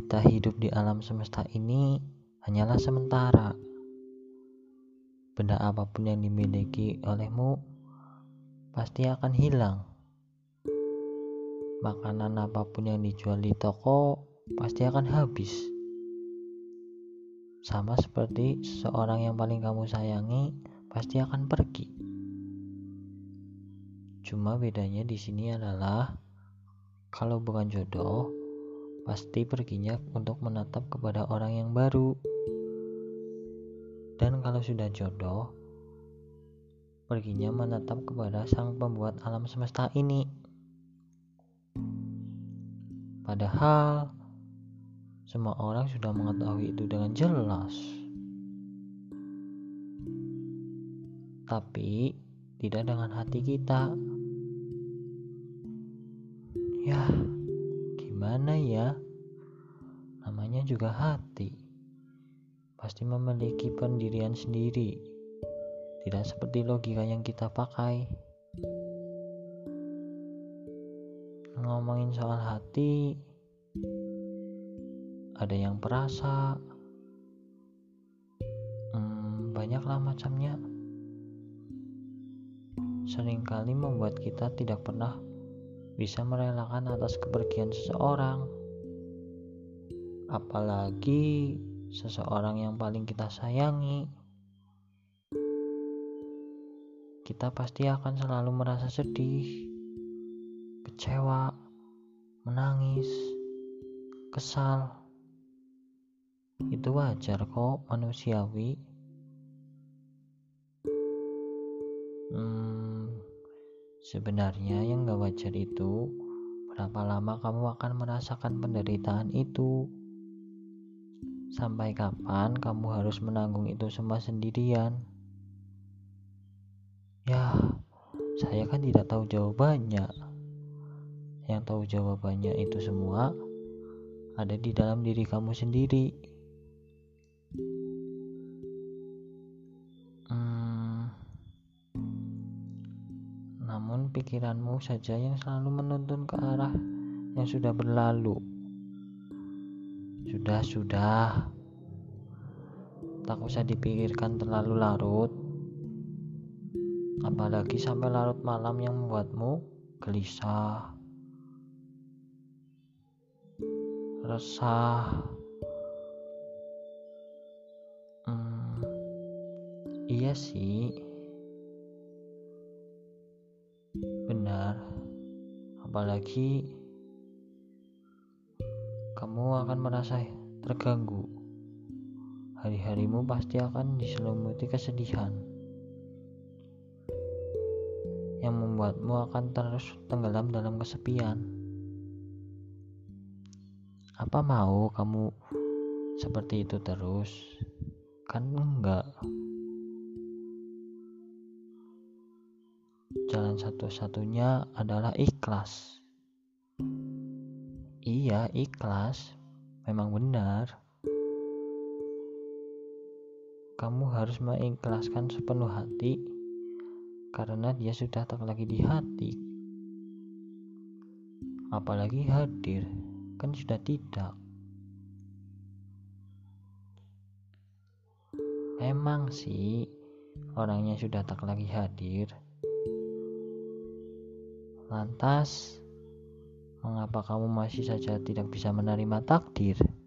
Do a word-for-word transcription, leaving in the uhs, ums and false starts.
kita hidup di alam semesta ini hanyalah sementara. Benda apapun yang dimiliki olehmu pasti akan hilang. Makanan apapun yang dijual di toko pasti akan habis. Sama seperti seseorang yang paling kamu sayangi pasti akan pergi. Cuma bedanya di sini adalah kalau bukan jodoh, pasti perginya untuk menatap kepada orang yang baru. Dan kalau sudah jodoh, perginya menatap kepada sang pembuat alam semesta ini. Padahal semua orang sudah mengetahui itu dengan jelas. Tapi tidak dengan hati kita. Ya, gimana ya? Namanya juga hati. Pasti memiliki pendirian sendiri. Tidak seperti logika yang kita pakai. Ngomongin soal hati, ada yang perasa, hmm, banyaklah macamnya. Seringkali membuat kita tidak pernah bisa merelakan atas kepergian seseorang. Apalagi seseorang yang paling kita sayangi. Kita pasti akan selalu merasa sedih, kecewa, menangis, kesal. Itu wajar kok, manusiawi. Hmm, sebenarnya yang gak wajar itu berapa lama kamu akan merasakan penderitaan itu. Sampai kapan kamu harus menanggung itu semua sendirian? Ya, saya kan tidak tahu jawabannya. Yang tahu jawabannya itu semua ada di dalam diri kamu sendiri. Hmm, namun pikiranmu saja yang selalu menuntun ke arah yang sudah berlalu. Sudah-sudah, tak usah dipikirkan terlalu larut. Apalagi sampai larut malam yang membuatmu gelisah, resah. Hmm, iya sih, benar. Apalagi kamu akan merasa terganggu. Hari-harimu pasti akan diselimuti kesedihan yang membuatmu akan terus tenggelam dalam kesepian. Apa mau kamu seperti itu terus? Kan enggak. Jalan satu-satunya adalah ikhlas. Iya, ikhlas. Memang benar. Kamu harus mengikhlaskan sepenuh hati karena dia sudah tak lagi di hati. Apalagi hadir, kan sudah tidak. Memang sih orangnya sudah tak lagi hadir. Lantas, mengapa kamu masih saja tidak bisa menerima takdir?